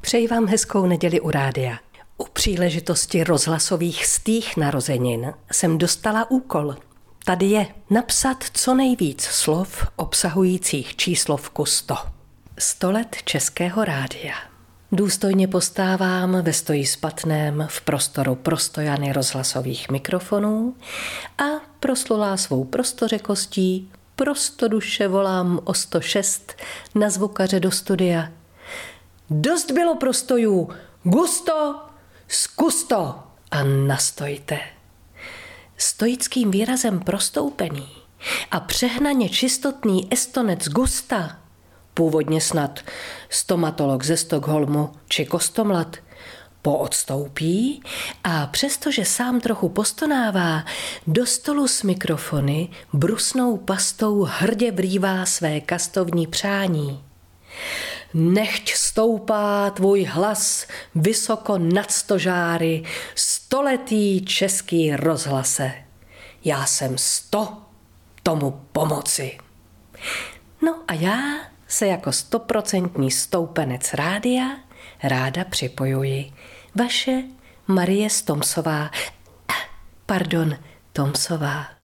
Přeji vám hezkou neděli u rádia. U příležitosti rozhlasových 100. narozenin jsem dostala úkol. Tady je napsat co nejvíc slov obsahujících číslovku 100. 100 let Českého rádia. Důstojně postávám ve stojí spatném v prostoru prostojany rozhlasových mikrofonů a proslulá svou prostořekostí prostoduše volám o 106 na zvukaře do studia. Dost bylo prostojů, gusto, zkusto a nastojte. Stoickým výrazem prostoupený a přehnaně čistotný Estonec Gusta, původně snad stomatolog ze Stockholmu či kostomlat, poodstoupí a přestože sám trochu postonává, do stolu s mikrofony brusnou pastou hrdě vrývá své kastovní přání. Nechť stoupá tvůj hlas vysoko nad stožáry, stoletý český rozhlase. Já jsem 100 tomu pomoci. No a já se jako 100% stoupenec rádia ráda připojuji. Vaše Marie Tomsová.